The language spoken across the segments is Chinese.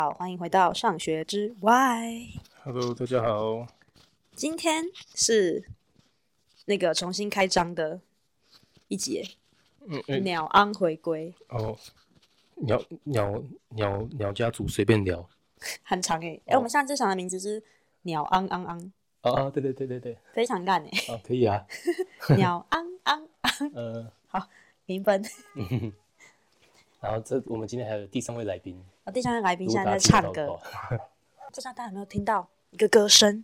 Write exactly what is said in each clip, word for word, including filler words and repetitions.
好，欢迎回到上学之 Why。Hello， 大家好。 今天是那个重新开张的一节，嗯欸、鸟昂回归。 哦，鸟鸟鸟鸟家族随便聊， 很长哎、欸。哎、哦欸，我们上次想的名字是鸟昂昂昂。 啊啊，对对对对对， 非常烂哎、欸。 啊，可以啊。 鸟昂昂昂。呃，好，零分。 然后这我们今天还有第三位来宾。 哦，第三位来宾现在在唱歌。不知道大家有没有听到一个歌声？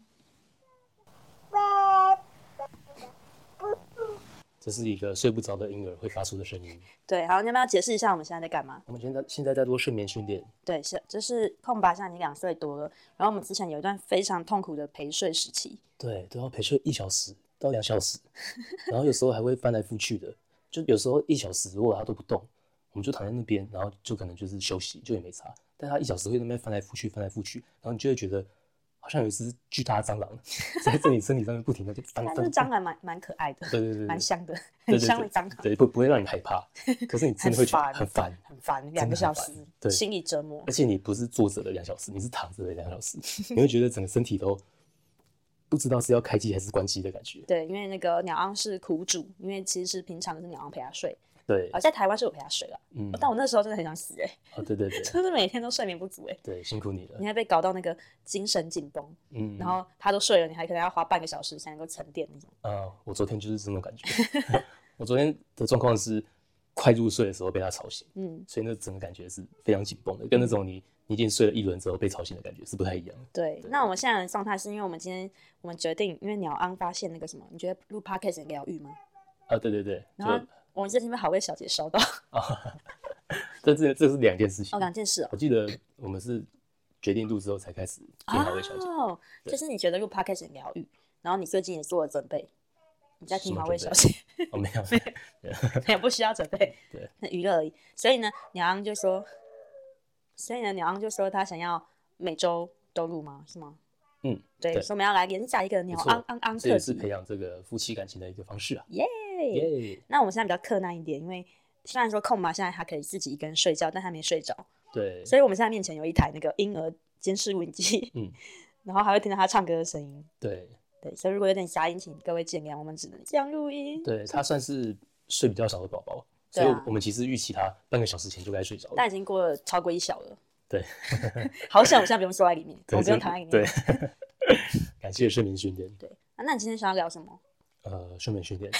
这是一个睡不着的婴儿会发出的声音。 对，好，你要不要解释一下我们现在在干嘛？ 我们现在现在在做睡眠训练。 对，是，就是空吧，现在已经两岁多了。然后我们之前有一段非常痛苦的陪睡时期。 对，都要陪睡一小时到两小时，然后有时候还会翻来覆去的。就有时候一小时如果他都不动，我们就躺在那边，然后就可能就是休息，就也没差。但他一小时会在那边翻来覆去，翻来覆去，然后你就会觉得好像有一只巨大的蟑螂在这里身体上面不停的就翻翻。 但是蟑螂蛮蛮可爱的， 对对对， 蛮香的，很香的蟑螂。 对，不不会让你害怕，可是你真的会觉得很烦， 很烦，两个小时，对，心理折磨。 而且你不是坐着的两小时，你是躺着的两小时，你会觉得整个身体都不知道是要开机还是关机的感觉。 对，因为那个鸟昂是苦主，因为其实是平常是鸟昂陪他睡。 对， 而在台湾是我陪他睡了，嗯，但我那时候真的很想死哎、 欸，哦，对对对， 就是每天都睡眠不足哎、欸， 对，辛苦你了， 你还被搞到那个精神紧绷，嗯，然后他都睡了，你还可能要花半个小时才能够沉淀那种。 啊、呃，我昨天就是这种感觉，我昨天的状况是快入睡的时候被他吵醒，嗯，所以那整个感觉是非常紧绷的，跟那种你你已经睡了一轮之后被吵醒的感觉是不太一样的。 对，对，那我们现在的状态是因为我们今天我们决定，因为鸟昂发现那个什么，你觉得录 podcast 很疗愈吗？ 啊，对对对， 然后我们这是被好味小姐烧到啊，这这这是两件事情哦，两件事哦。 我记得我们是决定录之后才开始听好味小姐哦，就是你觉得录 podcast 很疗愈，然后你最近也做了准备，你在听好味小姐？ 哦，没有， 没有，不需要准备， 对， 那娱乐而已。所以呢，鸟昂就说，所以呢，鸟昂就说他想要每周都录吗？是吗？嗯，对，所以我们要来连载一个鸟昂昂昂特辑， 这也是培养这个夫妻感情的一个方式啊。 耶耶！那我们现在比较克难一点，因为虽然说空吧，现在他可以自己一个人睡觉，但他没睡着。 对， 所以我们现在面前有一台那个婴儿监视录影机，嗯，然后还会听到他唱歌的声音。 对对，所以如果有点杂音，请各位见谅，我们只能这样录音。 对，他算是睡比较少的宝宝，所以我们其实预期他半个小时前就该睡着了， 但已经过了超过一小了。 对， 好想我现在不用坐在里面，我不用躺在里面。 对，感谢睡眠训练。 对，啊，那你今天想要聊什么？ 呃，睡眠训练。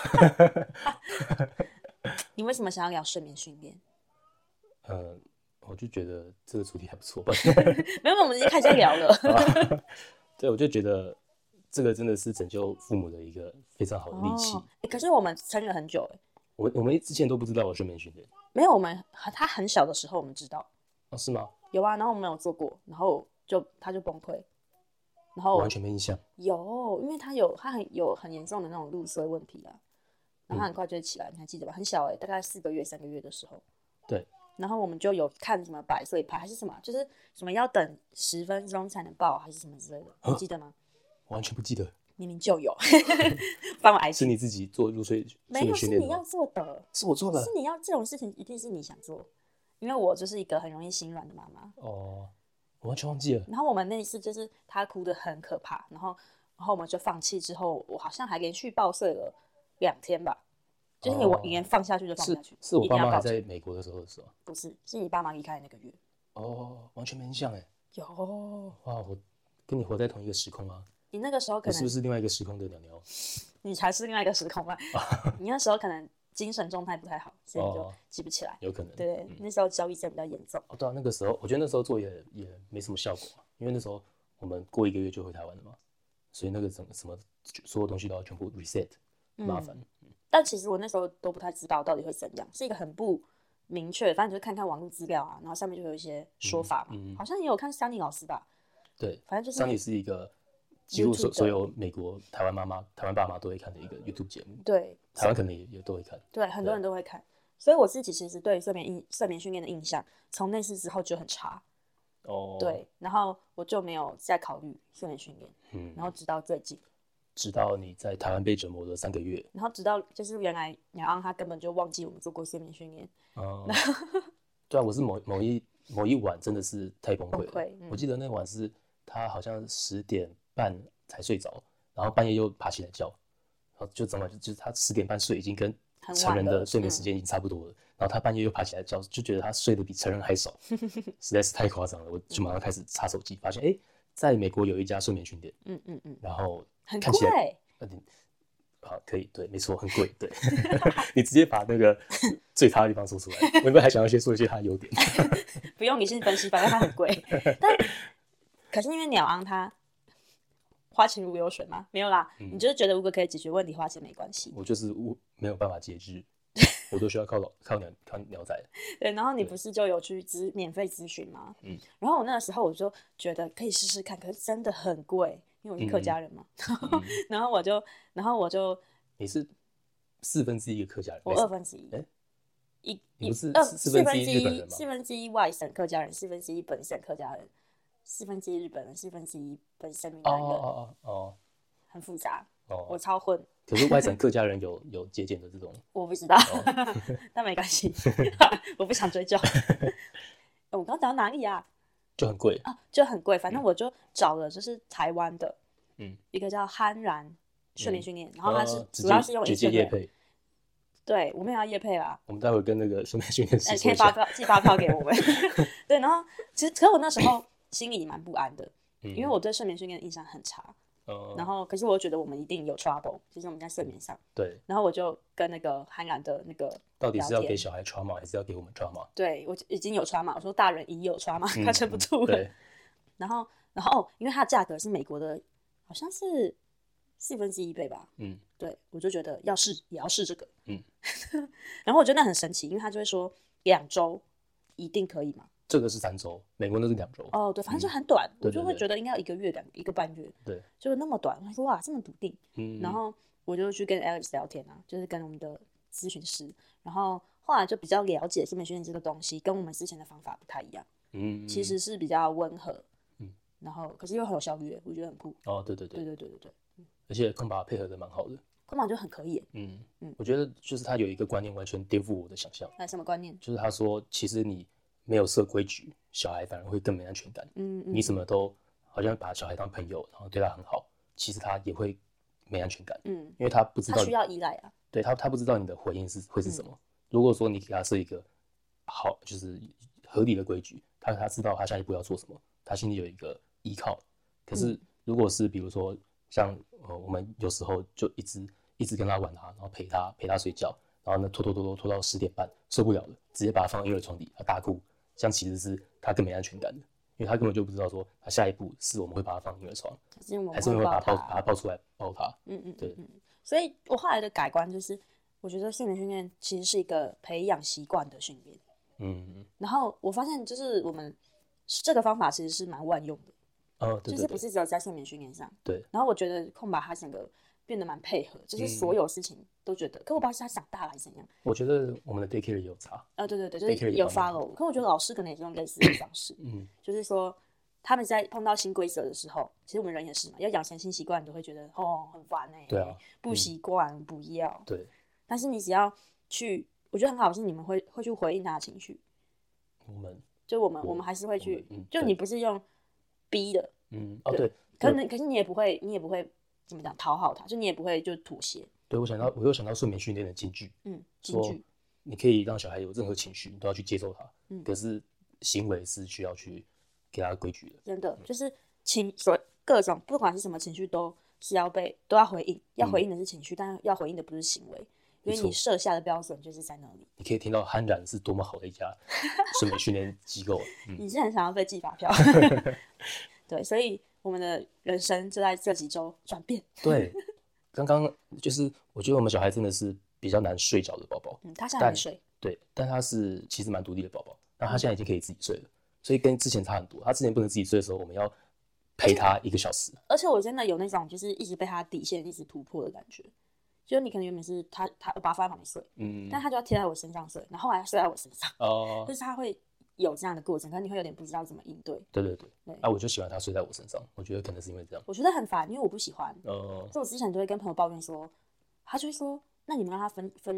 你为什么想要聊睡眠训练？ 呃，我就觉得这个主题还不错吧。 没有，我们已经开始在聊了。 对，我就觉得这个真的是拯救父母的一个非常好的利器。 哦欸、可是我们撑了很久哎。 我我们之前都不知道有睡眠训练。 没有，我们他很小的时候我们知道。 哦，是吗？ 有啊，然后我们有做过，然后就他就崩溃，然后完全没印象。 有，因为他有他很有很严重的那种入睡问题啊，然后他很快就会起来，嗯、你还记得吧？很小哎、欸，大概四个月、三个月的时候。 对。 然后我们就有看什么百岁派还是什么，就是什么要等十分钟才能抱还是什么之类的，你记得吗？ 完全不记得。 明明就有，帮我挨是你自己做入睡没有，是你要做的， 是我做的， 是你要这种事情一定是你想做，因为我就是一个很容易心软的妈妈。 哦，我完全忘记了。 然后我们那一次就是他哭得很可怕，然后然后我们就放弃之后，我好像还连续抱睡了两天吧，就是你我连放下去就放下去。 哦、是, 是我爸妈还在美国的时候的时候， 不是，是你爸妈离开的那个月。 哦，完全没印象哎。 有哇，我跟你活在同一个时空啊。 你那个时候可能我是不是另外一个时空的鸟鸟？ 你才是另外一个时空吧？你那时候可能精神状态不太好，所以你就记不起来。哦、 有可能。 对，嗯、那时候焦虑症比较严重。 哦，对啊，那个时候我觉得那时候做也也没什么效果嘛，因为那时候我们过一个月就回台湾了嘛，所以那个什么什么所有东西都要全部 reset， 很麻烦、 嗯。但其实我那时候都不太知道到底会怎样，是一个很不明确，反正就是看看网络资料啊，然后上面就有一些说法嘛，嗯嗯、好像也有看Sunny老师吧。 对， 反正就是 Sunny是一个。几乎所所有美国台湾妈妈、台湾爸妈都会看的一个 YouTube 节目， 对， 台湾可能也也都会看， 对，很多人都会看，所以我自己其实对睡眠印睡眠训练的印象，从那次之后就很差，哦，对，然后我就没有再考虑睡眠训练，嗯，然后直到最近， 直到你在台湾被折磨了三个月， 然后直到就是原来鸟昂他根本就忘记我们做过睡眠训练， 哦、嗯，对啊，我是某某一某一晚真的是太崩溃了。 崩溃嗯、 我记得那晚是他好像十点半才睡着，然后半夜又爬起来叫，然后就整晚就就是他十点半睡已经跟成人的睡眠时间已经差不多了，嗯、然后他半夜又爬起来叫，就觉得他睡得比成人还少，实在是太夸张了。我就马上开始查手机，发现哎、欸，在美国有一家睡眠训练，嗯嗯嗯，然后看起来很贵。好，可以，对，没错，很贵，对。你直接把那个最差的地方说出来，我原本还想要先说一些它的优点。 不用，你先分析，反正它很贵。但可是因为鸟昂它花钱如流水嘛，没有啦。嗯、你就是觉得如果可以解决问题，花钱没关系。 我就是没有办法节制，我都需要靠靠鸟靠鸟仔。 对，然后你不是就有去咨免费咨询吗？嗯。然后我那个时候我就觉得可以试试看，可是真的很贵。因为我是客家人嘛，嗯、然后我就，然后我就， 你是四分之一个客家人， 我二分之一， 欸、 一你不是四分之一日本人吗？ 四分之一外省客家人，四分之一本省客家人，四分之一日本人，四分之一本省闽南人。哦哦哦哦，很复杂，哦、我超混。 可是外省客家人有有节俭的这种， 我不知道，哦、但没关系，我不想追究。我刚刚讲到哪里啊？ 就很贵啊，就很贵。反正我就找了，就是台湾的，嗯，一个叫憨然睡眠训练，然后它是主要是用直接业配。 对，我们也要业配啦。 我们待会跟那个睡眠训练师说一下， 可以发票寄发票给我们。对，然后其实可是我那时候心里蛮不安的，因为我对睡眠训练的印象很差。然后可是我又觉得我们一定有 trouble， 就是我们在睡眠上。 对。 然后我就跟那个憨然的那个到底是要给小孩 trauma 还是要给我们 trauma？ 对，我已经有 trauma， 我说大人已有 trauma， 快撑不住了。对。然后，然后哦，因为它的价格是美国的，好像是四分之一倍吧。嗯。对，我就觉得要试也要试这个。嗯。然后我觉得那很神奇，因为他就会说两周一定可以嘛。 这个是三周，美国那是两周。 哦，对，反正就很短， 嗯、 我就会觉得应该要一个月、两一个半月。 对， 就是那么短，我说哇，这么笃定。嗯。然后我就去跟 Alex 聊天啊，就是跟我们的咨询师，然后后来就比较了解睡眠训练这个东西，跟我们之前的方法不太一样。嗯。其实是比较温和。嗯。然后可是又很有效率，我觉得很酷。 哦，对对对， 对对对对对。 嗯、而且空巴配合的蛮好的。 空巴就很可以。嗯嗯，我觉得就是他有一个观念完全颠覆我的想象。 那什么观念？ 就是他说，其实你没有设规矩，小孩反而会更没安全感。嗯嗯，你什么都好像把小孩当朋友，然后对他很好，其实他也会没安全感。嗯，因为他不知道他需要依赖啊。 对他，他不知道你的回应是会是什么。嗯、如果说你给他设一个好，就是合理的规矩，他他知道他下一步要做什么，他心里有一个依靠。可是如果是比如说像呃我们有时候就一直一直跟他玩他，然后陪他陪他睡觉，然后呢拖拖拖拖拖到十点半受不了了，直接把他放到婴儿床底，他大哭。这样其实是他更没安全感的，因为他根本就不知道说他下一步是我们会把他放婴儿床，还是我们会把他抱把他抱出来抱他。嗯嗯，对。嗯，所以我后来的改观就是，我觉得睡眠训练其实是一个培养习惯的训练。嗯。然后我发现就是我们这个方法其实是蛮万用的。 哦，对对对， 就是不是只有在睡眠训练上。 对。 然后我觉得空把他整个变得蛮配合，就是所有事情都觉得，嗯、可我不知道是他长大了还是怎样。 我觉得我们的 daycare 也有差。 啊，对对对，就是有 follow。可我觉得老师可能也是用类似的方式，嗯，就是说他们在碰到新规则的时候，其实我们人也是嘛，要养成新习惯，你都会觉得哦很烦哎、欸， 对啊， 不习惯、嗯、不要。 对。 但是你只要去，我觉得很好是你们会会去回应他的情绪。 我们就我们我们还是会去，嗯、就你不是用逼的， 嗯，哦对， 可能可是你也不会，你也不会。怎么讲讨好他，就你也不会就妥协。 对，我想到，我又想到睡眠训练的金句，嗯，说你可以让小孩有任何情绪，你都要去接受他，嗯，可是行为是需要去给他规矩的。 真的，就是情所各种不管是什么情绪都是要被都要回应，要回应的是情绪，嗯、但要回应的不是行为，因为你设下的标准就是在那里。 你可以听到憨然是多么好的一家睡眠训练机构。 嗯、你是很想要被寄发票，对，所以。我们的人生就在这几周转变。 对，刚刚就是我觉得我们小孩真的是比较难睡着的宝宝。 嗯，他现在没睡。 对，但他是其实蛮独立的宝宝，那他现在已经可以自己睡了，所以跟之前差很多。他之前不能自己睡的时候，我们要陪他一个小时。 而且我真的有那种就是一直被他底线一直突破的感觉，就是你可能原本是他他我把他放在旁边睡，嗯，但他就要贴在我身上睡，然后后来睡在我身上，哦，就是他会。有这样的过程，可是你会有点不知道怎么应对。 对对对，对啊，我就喜欢他睡在我身上，我觉得可能是因为这样。 我觉得很烦，因为我不喜欢。哦、呃。所以我之前都会跟朋友抱怨说，他就会说，那你们让他分分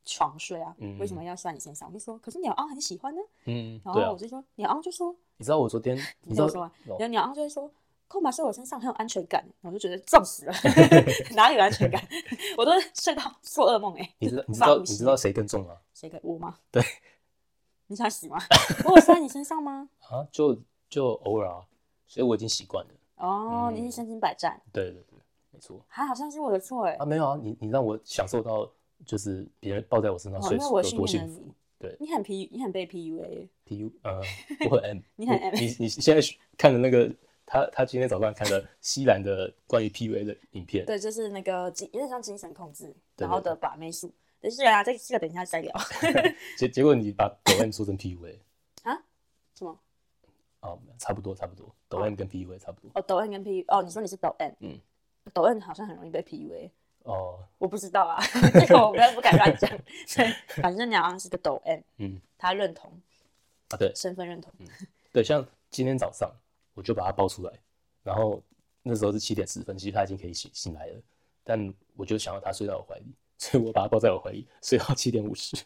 床睡啊，嗯、为什么要睡在你身上？我就说，可是鸟昂很喜欢呢。 嗯， 然后我就说，啊、鸟昂就说， 你知道我昨天， 你知道说吗？然后鸟昂就会说，空吧睡我身上很有安全感，我就觉得重死了，哪里有安全感？我都睡到做噩梦哎、欸。 你知道你知道你知道谁更重吗？ 谁更我吗？ 对， 你想死吗？我有睡在你身上吗？ 啊，就就偶尔啊，所以我已经习惯了。 哦，嗯、你是身经百战。 对对对，没错。 还好像是我的错哎、欸。 啊，没有啊，你你让我享受到就是别人抱在我身上睡、哦、有多幸福。对， 你很 P， 你很被 P U A。P U 呃，我很 M， 你很 M。 你你现在看的那个他他今天早上看的西兰的关于 P U A 的影片。 对，就是那个有点像精神控制，然后的把妹术。但是啊，这这个等一下再聊。 结结果你把抖 M 说成 P U A 啊？什么？ 哦，差不多差不多，抖 M 跟 P U A 差不多。 哦，抖 M 跟 P U A， 哦，你说你是抖 M， 嗯，抖 M 好像很容易被 P U A。哦，我不知道啊，这个我不不敢乱讲。所以反正你好像是个抖 M， 嗯，他认同啊，对， 身份认同， 嗯，对，像今天早上我就把他抱出来，然后那时候是七点十分，其实他已经可以醒醒来了，但我就想要他睡在我怀里，所以我把他抱在我怀里，睡到七点五十。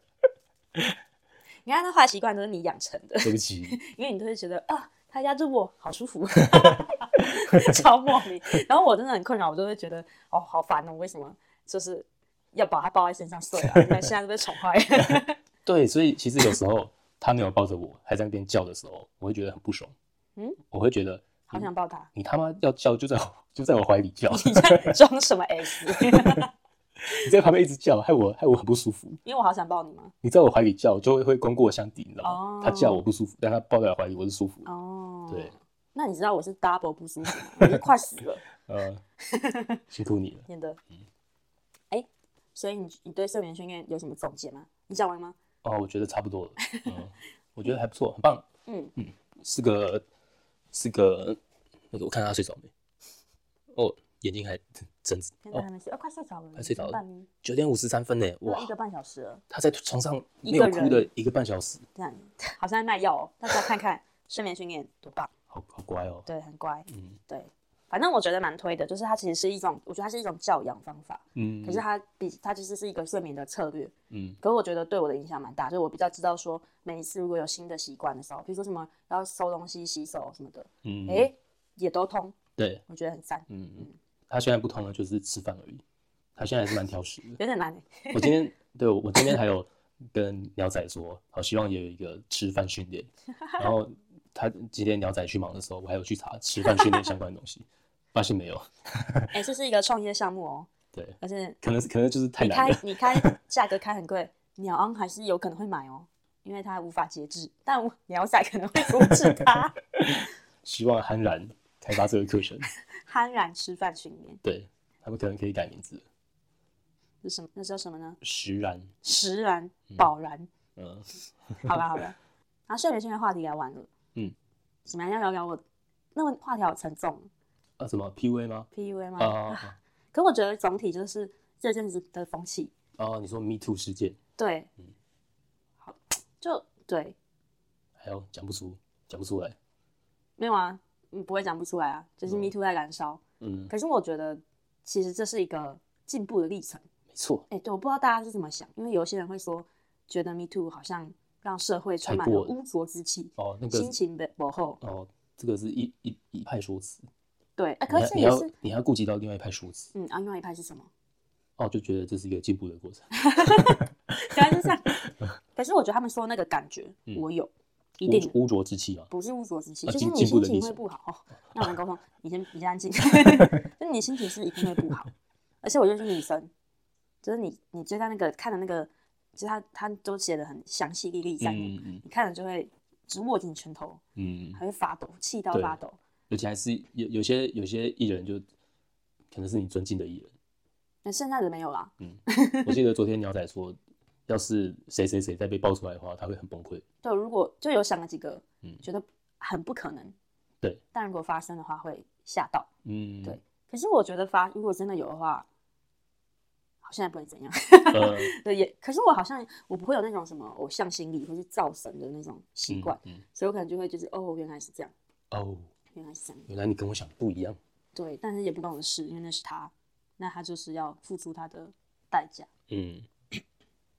你看那坏习惯都是你养成的， 对不起， 因为你都会觉得啊，他压住我，好舒服，超莫名。然后我真的很困扰，我都会觉得哦，好烦哦，为什么就是要把他抱在身上睡啊？你看现在都被宠坏了。 对，所以其实有时候他没有抱着我，还在那边叫的时候，我会觉得很不爽。嗯，我会觉得好想抱他。 你他妈要叫就在我就在我怀里叫， 你在装什么 S？ 你在旁边一直叫，害我害我很不舒服。 因为我好想抱你吗？ 你在我怀里叫，就会会功过相抵，你知道吗？哦、他叫我不舒服，但他抱在我怀里我是舒服。哦，对。 那你知道我是 double 不舒服吗？我是快死了。 呃，辛苦你了。 真的。嗯。哎、欸，所以你你对睡眠训练有什么总结吗？你讲完吗？ 哦，我觉得差不多了。嗯，我觉得还不错，很棒。嗯嗯，是个是个那个，我看他睡着没？哦。眼睛还睁着， 现在还没睡，哦，快睡着了， 快睡着了，九点五十三分呢，哇， 一个半小时了。 他在床上没有哭的一个半小时， 这样好像在卖药哦。大家看看睡眠训练多棒， 好好乖哦。 对，很乖，嗯，对，反正我觉得蛮推的，就是它其实是一种，我觉得它是一种教养方法，嗯，可是它比它其实是一个睡眠的策略，嗯，可是我觉得对我的影响蛮大，就是我比较知道说每一次如果有新的习惯的时候，比如说什么要收东西、洗手什么的，嗯，哎、欸，也都通， 对， 我觉得很赞， 嗯嗯。他现在不通了，就是吃饭而已。他现在还是蛮挑食的， 有点难。 我今天对我今天还有跟鸟仔说，好希望也有一个吃饭训练。然后他今天鸟仔去忙的时候，我还有去查吃饭训练相关的东西，发现没有。 哎、欸，这是一个创业项目哦。 对， 而且可能可能就是太难了。 你开你开价格开很贵，鸟昂还是有可能会买哦，因为他无法节制，但鸟仔可能会阻止他。 希望憨然开发这个课程。 憨然吃饭训练， 对，他们可能可以改名字。 是什么？那叫什么呢？ 食然， 食然，饱然。嗯，好了好了，然后睡眠训练话题聊完了。嗯，怎么样？要聊聊我那个话题好沉重。 啊，什么 P U A 吗 ？P U A 吗？啊啊！可我觉得总体就是这阵子的风气。 哦，你说 Me Too 事件？ 对，嗯，好，就对。 还有讲不出，讲不出来。 没有啊。嗯，不会讲不出来啊，就是 Me Too 在燃烧。嗯，可是我觉得其实这是一个进步的历程。 没错。 哎、欸，对，我不知道大家是怎么想，因为有些人会说，觉得 Me Too 好像让社会充满了污浊之气。哦，那个心情不好。 哦，这个是一一一派说辞。 对，哎、欸，可是也是你还要顾及到另外一派说辞。 嗯，啊，另外一派是什么？ 哦，就觉得这是一个进步的过程。 原来是这样。可是我觉得他们说那个感觉，嗯、我有。一定污浊之气吗？ 不是污浊之气，就是你心情会不好。哦、那我们沟通，你先你先安静。就是你心情是一定会不好，而且我就是女生，就是你你就在那个看的那个，就是他他都写的很详细历历在内，嗯嗯、你看了就会直握紧拳头，嗯，还会发抖，气到发抖。 而且还是有有些有些艺人就可能是你尊敬的艺人， 那现在的没有啦。 嗯，我记得昨天鸟仔说。要是谁谁谁再被爆出来的话，他会很崩溃。 对，如果就有想了几个，嗯，觉得很不可能。 对， 但如果发生的话，会吓到。嗯，对。可是我觉得发，如果真的有的话，好像也不会怎样。呃、对，也。可是我好像我不会有那种什么偶像心理或是造神的那种习惯，嗯嗯、所以我可能就会就是哦，原来是这样。哦，原来是这样。 原来你跟我想的不一样。 对，但是也不关我的事，因为那是他，那他就是要付出他的代价。嗯。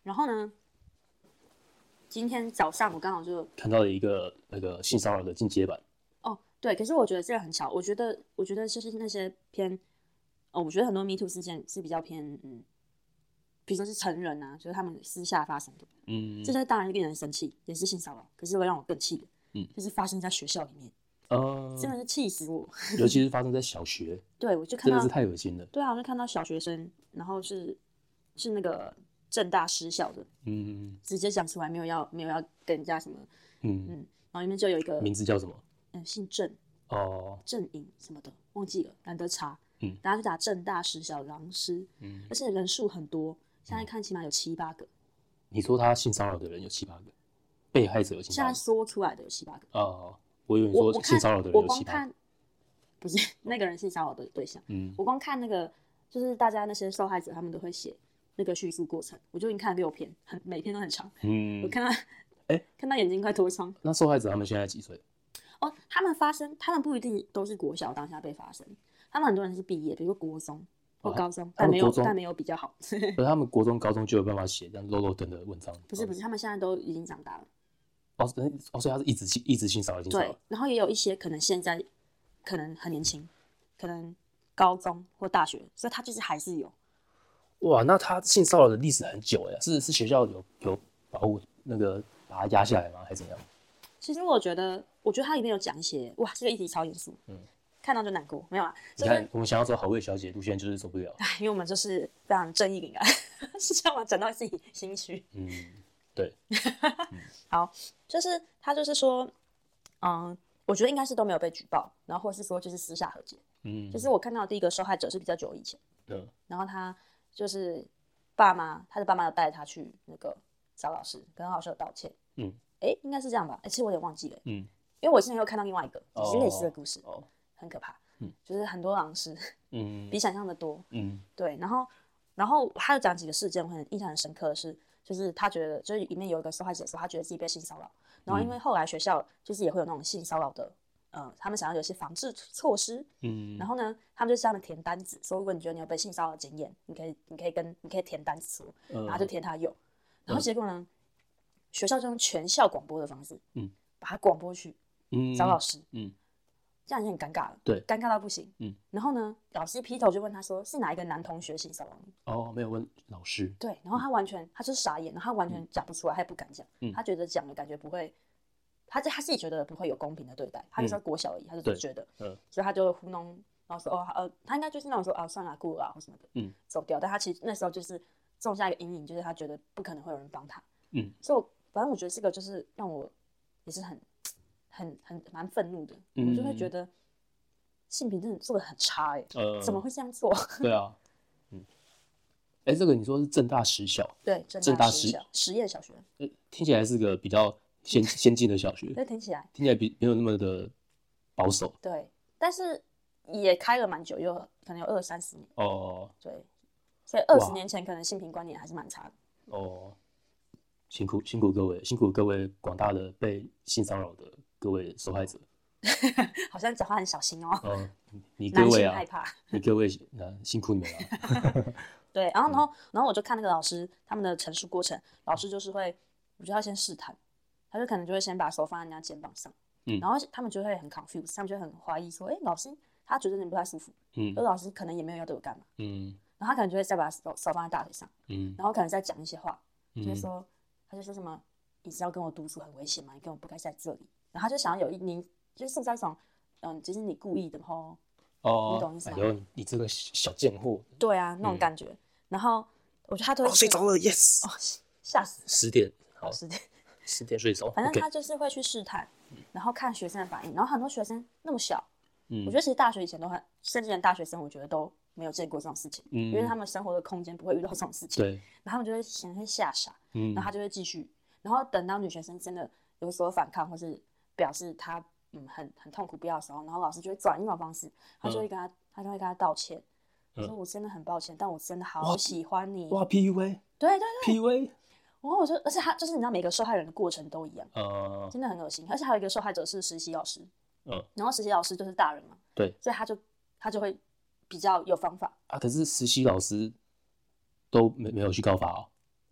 然后呢，今天早上我刚好就看到了一个那个性骚扰的进阶版。 哦，对，可是我觉得这个很巧，我觉得我觉得就是那些偏，哦，我觉得很多 Me Too 事件是比较偏，嗯，比如说是成人啊，就是他们私下发生的，嗯，这些当然令人生气，也是性骚扰，可是会让我更气的，嗯，就是发生在学校里面。呃，真的是气死我！ 尤其是发生在小学， 对，我就看到真的是太恶心了。 对啊，我就看到小学生，然后是是那个政大失校的，嗯，直接讲出来，没有要没有要跟人家什么，嗯嗯，然后里面就有一个名字叫什么？ 嗯，姓郑哦， 郑颖什么的，忘记了，懒得查。嗯，大家就打政大失校狼师，嗯，而且人数很多，现在看起码有七八个。 你说他性骚扰的人有七八个，被害者有七八个， 现在说出来的有七八个。 哦。我以为你说性骚扰的人有七八个， 不是那个人性骚扰的对象。嗯，我光看那个，就是大家那些受害者，他们都会写那个叙述过程，我就已经看了六篇，很每篇都很长。嗯，我看他，哎、欸，看他眼睛快脱窗。 那受害者他们现在几岁？ 哦，他们发生，他们不一定都是国小当下被发生，他们很多人是毕业，比如说国中或高中，哦、但没有但没有比较好。 可是他们国中、高中就有办法写这样漏漏等的文章。 不是不是，他们现在都已经长大了。 哦，哦，所以他是一直性一直性骚扰， 对，然后也有一些可能现在可能很年轻，可能高中或大学，所以他就是还是有。 哇，那他性骚扰的历史很久哎，是是学校有有保护那个把他压下来吗，还是怎样？ 其实我觉得，我觉得他里面有讲一些，哇，这个议题超严肃，嗯，看到就难过，没有啊？ 你看，我们想要走好味小姐路线，就是走不了， 因为我们就是非常正义凛然，是这样吗？讲到自己心虚， 嗯。对， 好，就是他就是说，嗯，我觉得应该是都没有被举报，然后或是说就是私下和解，嗯，就是我看到的第一个受害者是比较久以前，嗯，然后他就是爸妈，他的爸妈有带他去那个找老师，跟老师有道歉，嗯，哎、欸，应该是这样吧，哎、欸，其实我有点忘记了，嗯，因为我之前又看到另外一个也是类似的故事，哦，很可怕，嗯，就是很多老师，嗯，比想象的多，嗯，对，然后然后他有讲几个事件，我很印象很深刻的是。就是他觉得，就是里面有一个受害者说，他觉得自己被性骚扰，然后因为后来学校就是也会有那种性骚扰的，呃，他们想要有一些防治措施，嗯，然后呢，他们就叫他们填单子，说如果你觉得你有被性骚扰的经验，你可以，你可以跟，你可以填单子说，然后他就填他有，然后结果呢，嗯、学校就用全校广播的方式，嗯，把他广播去，嗯，找老师，嗯。这样已经很尴尬了， 对， 尴尬到不行。嗯，然后呢，老师劈头就问他说：“是哪一个男同学性骚扰你？” 哦，没有问老师。 对，然后他完全，他就是傻眼，然后他完全讲不出来，他也不敢讲，嗯、他觉得讲了感觉不会，他他自己觉得不会有公平的对待，他就说国小而已，他就觉得，嗯，所以他就糊弄，然后说哦，呃，他应该就是那种说啊，算了，过了啊，或什么的，嗯，走掉。但他其实那时候就是种下一个阴影，就是他觉得不可能会有人帮他，嗯，所以我反正我觉得这个就是让我也是很。很很蛮愤怒的，嗯、我就会觉得性平真的做的很差哎、欸呃，怎么会这样做？ 对啊，嗯，哎、欸，这个你说是政大实小， 对，政大实小实验小学， 呃，听起来是个比较先先进的小学， 对，听起来听起来比没有那么的保守， 对，但是也开了蛮久，有可能有二三十年哦，对，所以二十年前可能性平观念还是蛮差的哦，辛苦辛苦各位，辛苦各位广大的被性骚扰的。各位受害者， 好像讲话很小心哦。 哦，你各位啊， 害怕， 你各位啊，辛苦你们了。 对，然后然后然后我就看那个老师他们的陈述过程，老师就是会，我觉得要先试探，他就可能就会先把手放在人家肩膀上，嗯，然后他们就会很 confused， 他们就会很怀疑说，哎、欸，老师他觉得你不太舒服，嗯，而老师可能也没有要对我干嘛，嗯，然后他可能就会再把手手放在大腿上，嗯，然后可能再讲一些话，嗯、就是说，他就说什么，你知道跟我独处很危险吗？你根本不该在这里。然后他就想要有一你就是塑造一种，嗯，就是你故意的吼，哦，你懂意思吗？ 哎呦，你这个小贱货。 对啊，那种感觉。嗯、然后我觉得他都会、 哦、睡着了 ，yes。 哦，吓死。 十点，好， 十点， 十点睡着。 反正他就是会去试探， okay. 然后看学生的反应。然后很多学生那么小，嗯，我觉得其实大学以前都很，甚至连大学生我觉得都没有见过这种事情，嗯，因为他们生活的空间不会遇到这种事情， 对。 然后他们就会先会吓傻，嗯，然后他就会继续，然后等到女学生真的有所反抗或是。表示他嗯很很痛苦不要的时候，然后老师就会转一种方式，他就会跟他、嗯、他就会跟他道歉，嗯、说我真的很抱歉，但我真的好喜欢你。 哇 ，P U A， 对对对 ，P U A。 然后我就，而且他就是你知道每个受害人的过程都一样，呃、真的很恶心。而且还有一个受害者是实习老师，嗯，然后实习老师就是大人嘛， 对， 所以他就他就会比较有方法啊。可是实习老师都没没有去告发哦。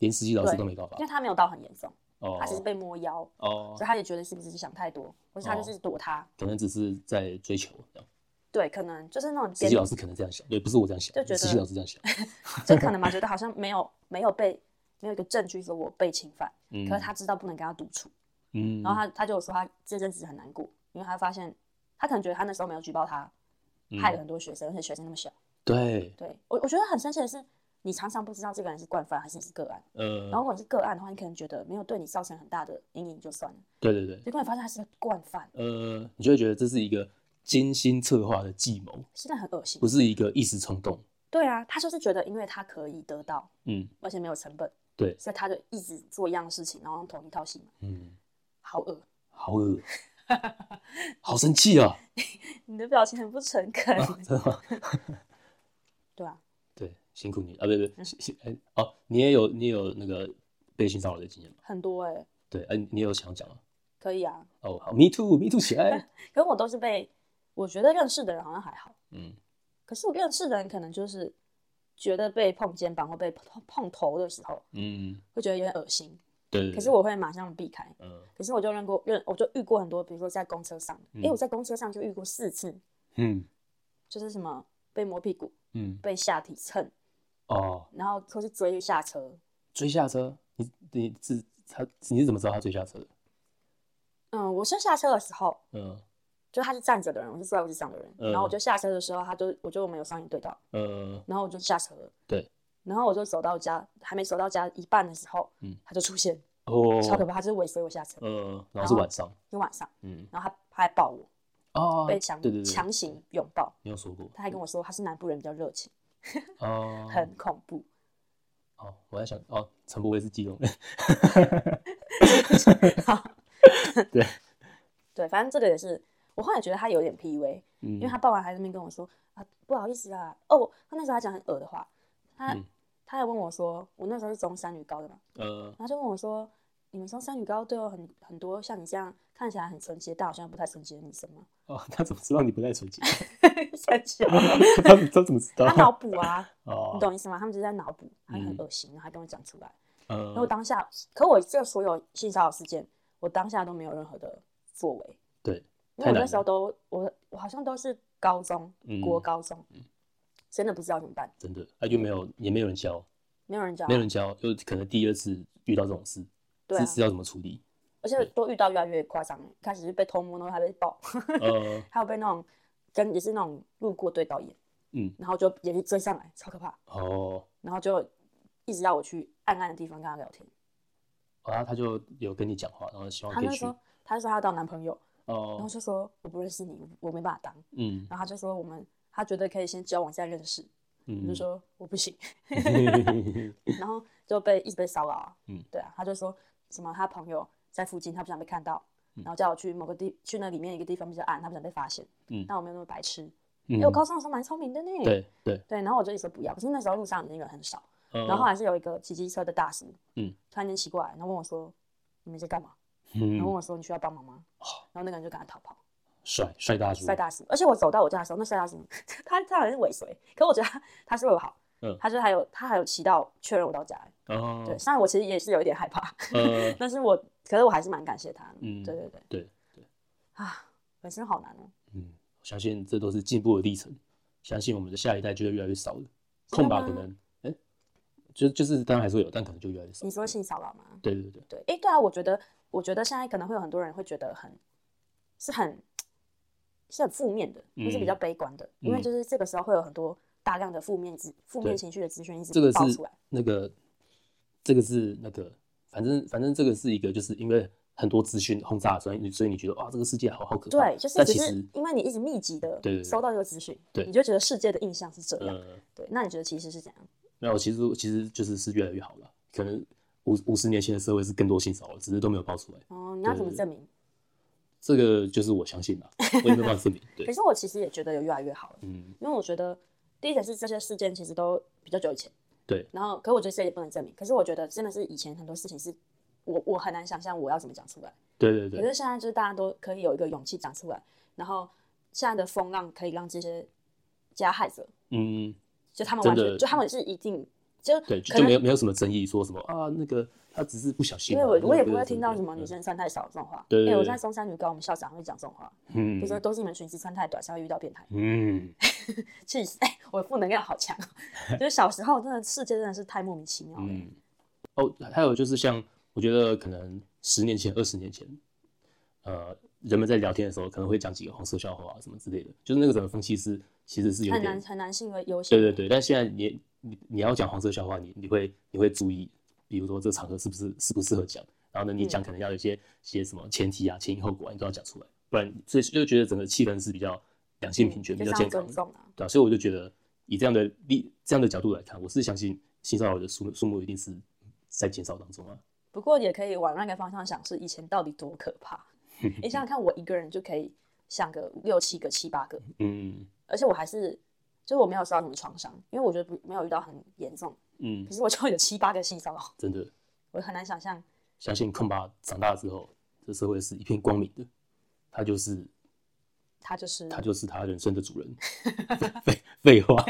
连实习老师都没告发， 因为他没有到很严重， 哦， 他只是被摸腰， 哦， 所以他也觉得是不是想太多，或是他就是躲他，哦、 可能只是在追求这样。 对，可能就是那种实习老师可能这样想，对，不是我这样想，就觉得实习老师这样想， 就可能嘛，觉得好像没有没有被没有一个证据说我被侵犯，嗯、可是他知道不能跟他独处，嗯，然后他他就说他这阵子很难过，因为他发现他可能觉得他那时候没有举报他，嗯、害了很多学生，而且学生那么小， 对， 对我我觉得很生气的是，你常常不知道这个人是惯犯还是你是个案，呃，然后如果你是个案的话，你可能觉得没有对你造成很大的阴影就算了， 对对对， 结果你发现他是个惯犯， 呃，你就会觉得这是一个精心策划的计谋， 现在很恶心， 不是一个一时冲动。 对啊，他就是觉得因为他可以得到，嗯，而且没有成本， 对， 所以他就一直做一样的事情，然后用同一套戏码，嗯，好恶， 好恶，好生气啊！ 你的表情很不诚恳，啊、 真的吗？ 对啊， 对，辛苦你啊！不不，嗯、哦，你也有你也有那个被性骚扰的经验吗？ 很多哎、欸， 对，哎、啊，你有想讲吗？ 可以啊。 哦，好 ，me too，me too 起来。 可是我都是被，我觉得认识的人好像还好，嗯，可是我认识的人可能就是觉得被碰肩膀或被碰碰头的时候，嗯，会觉得有点恶心， 对, 对。 可是我会马上避开，嗯。可是我就认过认，我就遇过很多，比如说在公车上，因为、嗯、我在公车上就遇过四次，嗯，就是什么被摸屁股，嗯，被下体蹭，哦，然后或是追下车， 追下车，你你是他你是怎么知道他追下车的？ 嗯，我先下车的时候，嗯，就他是站着的人，我是坐在位置上的人，嗯、然后我就下车的时候，他就我就没有双眼对到，嗯，然后我就下车了， 对， 然后我就走到家，还没走到家一半的时候，嗯，他就出现，哦，超可怕，他就是尾随我下车， 嗯，然后是晚上， 是晚上，嗯，然后他他还抱我，哦，被强强行拥抱， 你有说过， 他还跟我说他是南部人比较热情，哦，很恐怖， 哦，我在想，哦，陈柏惟是基隆人，对对，反正这个也是，我后来觉得他有点 P U A，、嗯、因为他抱完孩子那边跟我说啊，不好意思啊，哦，他那时候还讲很恶的话，他、嗯、他还问我说，我那时候是中山女高的嘛，呃，然后就问我说，你们中山女高都有很很多像你这样看起来很纯洁但好像不太纯洁的女生吗？ 哦，他怎么知道你不太纯洁？ 三小， 他他怎么知道？ 他脑补啊，哦、你懂意思吗？他们就是在脑补，还很恶心，然后还跟我讲出来，嗯，然后当下，可我这所有性骚扰事件。我当下都没有任何的作为， 对， 因为我那时候都我我好像都是高中，嗯、国高中，嗯、真的不知道怎么办， 真的，啊，就没有也没有人教， 没有人教、啊， 没有人教，就可能第二次遇到这种事，对、啊，是要怎么处理， 而且都遇到越来越夸张，开始是被偷摸，然后还被抱，呃，还有被那种跟也是那种路过对到眼，嗯，然后就也是追上来，超可怕，哦，然后就一直要我去暗暗的地方跟他聊天。 哦，他他就有跟你讲话，然后希望可以去。 他就说，他就说他要当男朋友，哦，然后就说我不认识你，我没办法当，嗯，然后他就说我们，他觉得可以先交往再认识，嗯，我就说我不行，然后就被一直被骚扰啊，嗯，对啊，他就说什么他朋友在附近，他不想被看到，然后叫我去某个地，去那里面一个地方比较暗，他不想被发现，嗯，但我没有那么白痴，因为我高中的时候蛮聪明的呢， 对对对， 然后我就一直说不要，可是那时候路上人很少。然后后来是有一个骑机车的大叔，嗯，突然间骑过来，然后问我说：“你们在干嘛？”嗯，然后问我说：“你需要帮忙吗？”然后那个人就赶快逃跑。 帅帅大叔， 帅大叔！而且我走到我家的时候，那帅大叔他他好像是尾随，可我觉得他他是为我好，嗯，他就还有他还有骑到确认我到家，哦，对，虽然我其实也是有一点害怕，呃、但是我可是我还是蛮感谢他的，嗯，对对对对对， 啊，人生好难哦， 嗯，我相信这都是进步的历程，相信我们的下一代就会越来越少了，空吧可能。就就是当然还是会有，但可能就越来越少。 你说性骚扰吗？ 对对对对，哎、欸，对啊，我觉得，我觉得现在可能会有很多人会觉得很是很是很负面的，或是比较悲观的，嗯、因为就是这个时候会有很多大量的负面资负面情绪的资讯一直爆出来。 这个是那个，这个是那个，反正反正这个是一个，就是因为很多资讯轰炸，所以所以你觉得哇，这个世界好好可怕。 对，就是只是因为你一直密集的收到这个资讯，对，你就觉得世界的印象是这样。呃、对，那你觉得其实是怎样？ 没有，其实其实就是是越来越好了。可能五五十年前的社会是更多性骚扰，只是都没有爆出来。 哦，你要怎么证明？ 这个就是我相信的，我也没有办法证明。对。 可是我其实也觉得有越来越好了。嗯。因为我觉得第一点是这些事件其实都比较久以前。 对。 然后，可我觉得这也不能证明。可是我觉得真的是以前很多事情是我我很难想象我要怎么讲出来。 对对对。 可是现在就是大家都可以有一个勇气讲出来，然后现在的风浪可以让这些加害者，嗯。就他们完全，就他们是一定就对，就没有没有什么争议，说什么啊那个他只是不小心、啊。 因为我我也不会听到什么女生穿太少这种话。对对对。因为我在松山女高，我们校长会讲这种话，嗯，就说都是你们裙子穿太短才会遇到变态。嗯，气死！哎，我的负能量好强、喔。就是小时候真的世界真的是太莫名其妙了。嗯。 哦，还有就是像我觉得可能十年前、二十年前，呃，人们在聊天的时候可能会讲几个黄色笑话啊什么之类的，就是那个整个风气是其实是有点很难很难性为优先。 对对对，但现在你你你要讲黄色笑话，你你会你会注意，比如说这个场合是不是适不适合讲，然后呢你讲可能要有一些、嗯、些什么前提啊、前因后果、啊、你都要讲出来，不然所以就觉得整个气氛是比较两性平权、嗯、比较健康的，啊、对啊，所以我就觉得以这样的立这样的角度来看，我是相信性骚扰的数数目一定是在减少当中啊。 不过也可以往那个方向想，是以前到底多可怕。你想想看，我一个人就可以想个六七个、七八个，嗯，而且我还是，就是我没有受到什么创伤，因为我觉得没有遇到很严重，嗯，可是我就有七八个性骚扰， 真的， 我很难想象。 相信空爸长大之后，这社会是一片光明的，他就是， 他就是他就是他人生的主人。废废话。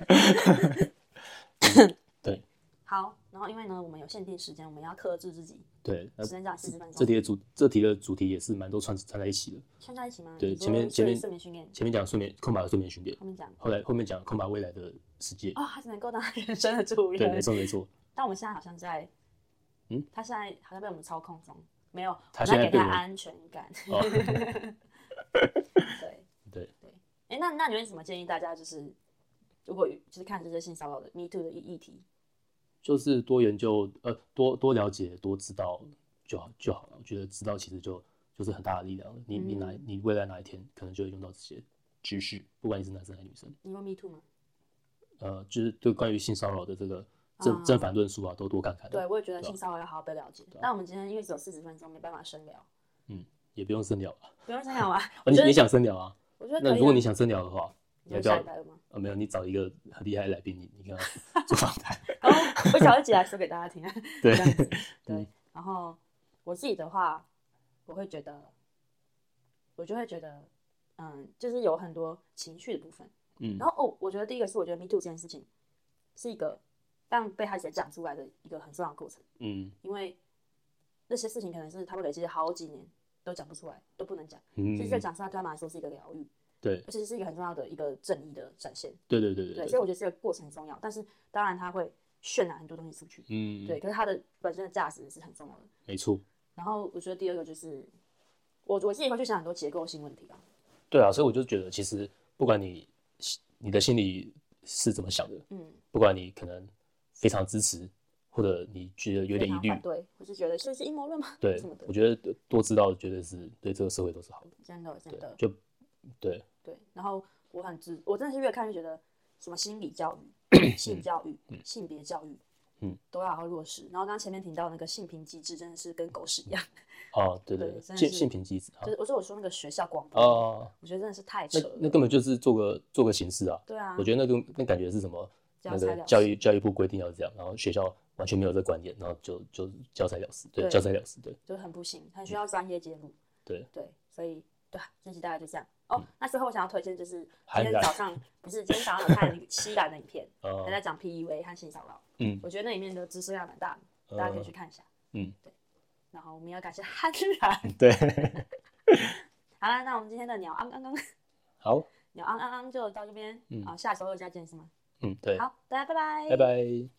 对。 好，然后因为呢，我们有限定时间，我们要克制自己。 对， 只能讲四十分钟。 这题的主这题的主题也是蛮多串串在一起的。 串在一起吗？ 对，前面前面睡眠训练， 前面讲睡眠空白的睡眠训练， 后面讲后来后面讲空白未来的世界。 哦，他只能够当人生的主人。 对，没错没错。 但我们现在好像在，嗯，他现在好像被我们操控中，没有， 他现在给他安全感。哦、对对对，哎、欸，那那你会怎么建议大家？就是如果就是看这些性骚扰的 Me Too 的议题。 就是多研究，呃，多多了解，多知道就好就好了。我觉得知道其实就就是很大的力量了。你、嗯、你哪你未来哪一天可能就会用到这些知识，不管你是男生还是女生。 你用 Me Too 吗？ 呃，就是对关于性骚扰的这个正、啊、正反论述啊，都多看看。 对，我也觉得性骚扰要好好被了解。但我们今天因为只有四十分钟，没办法深聊。 嗯，也不用深聊了。 不用深聊啊？ 你你想深聊啊？ 我觉得、啊、 那如果你想深聊的话。 你要下一代了吗？ 啊，没有，你找一个很厉害的来宾，你你跟他做访谈， 然后我找一集来说给大家听。 对， 这样子对、嗯。然后我自己的话，我会觉得，我就会觉得，嗯，就是有很多情绪的部分。嗯。然后哦，我觉得第一个是，我觉得 Me Too 这件事情是一个让被害者讲出来的一个很重要的过程。嗯。因为那些事情可能是他们累积了好几年都讲不出来，都不能讲。嗯。所以在讲出来对他们来说是一个疗愈。 对， 而且是一个很重要的一个正义的展现。 对对对 对, 对, 对，所以我觉得这个过程很重要。但是当然它会渲染很多东西出去，嗯，对。可是它的本身的价值是很重要的， 没错。 然后我觉得第二个就是我我自己会去想很多结构性问题啊。 对啊，所以我就觉得其实不管你你的心里是怎么想的，嗯，不管你可能非常支持，或者你觉得有点疑虑， 对，我是觉得这是阴谋论嘛， 对，我觉得多知道绝对是对这个社会都是好的， 真的真的就。对对，然后我很知，我真的是越看越觉得，什么心理教育、性教育、嗯、性别教育，嗯，都要好好落实。然后刚刚前面提到那个性平机制，真的是跟狗屎一样。 哦，对对，对性性平机制， 就是我说我说那个学校广播， 哦， 我觉得真的是太扯了那，那根本就是做个做个形式啊。 对啊， 我觉得那个那感觉是什么？那个教育教育部规定要这样，然后学校完全没有这观念，然后就就交差了事，对，交差了事，对， 就很不行，很需要专业介入。 对对，所以。对，这期大概就这样哦。嗯、那最后我想要推荐就是今天早上不是今天早上有看那个西兰的影片，他、呃、在讲 P U A 和性骚扰。嗯，我觉得那里面的知识量蛮大的、呃，大家可以去看一下。嗯，对。然后我们要感谢憨然。 对。 好了，那我们今天的鸟昂昂昂， 好， 鸟昂昂昂就到这边。嗯，好，下周二再见是吗？ 嗯，对。 好，大家拜拜。 拜拜。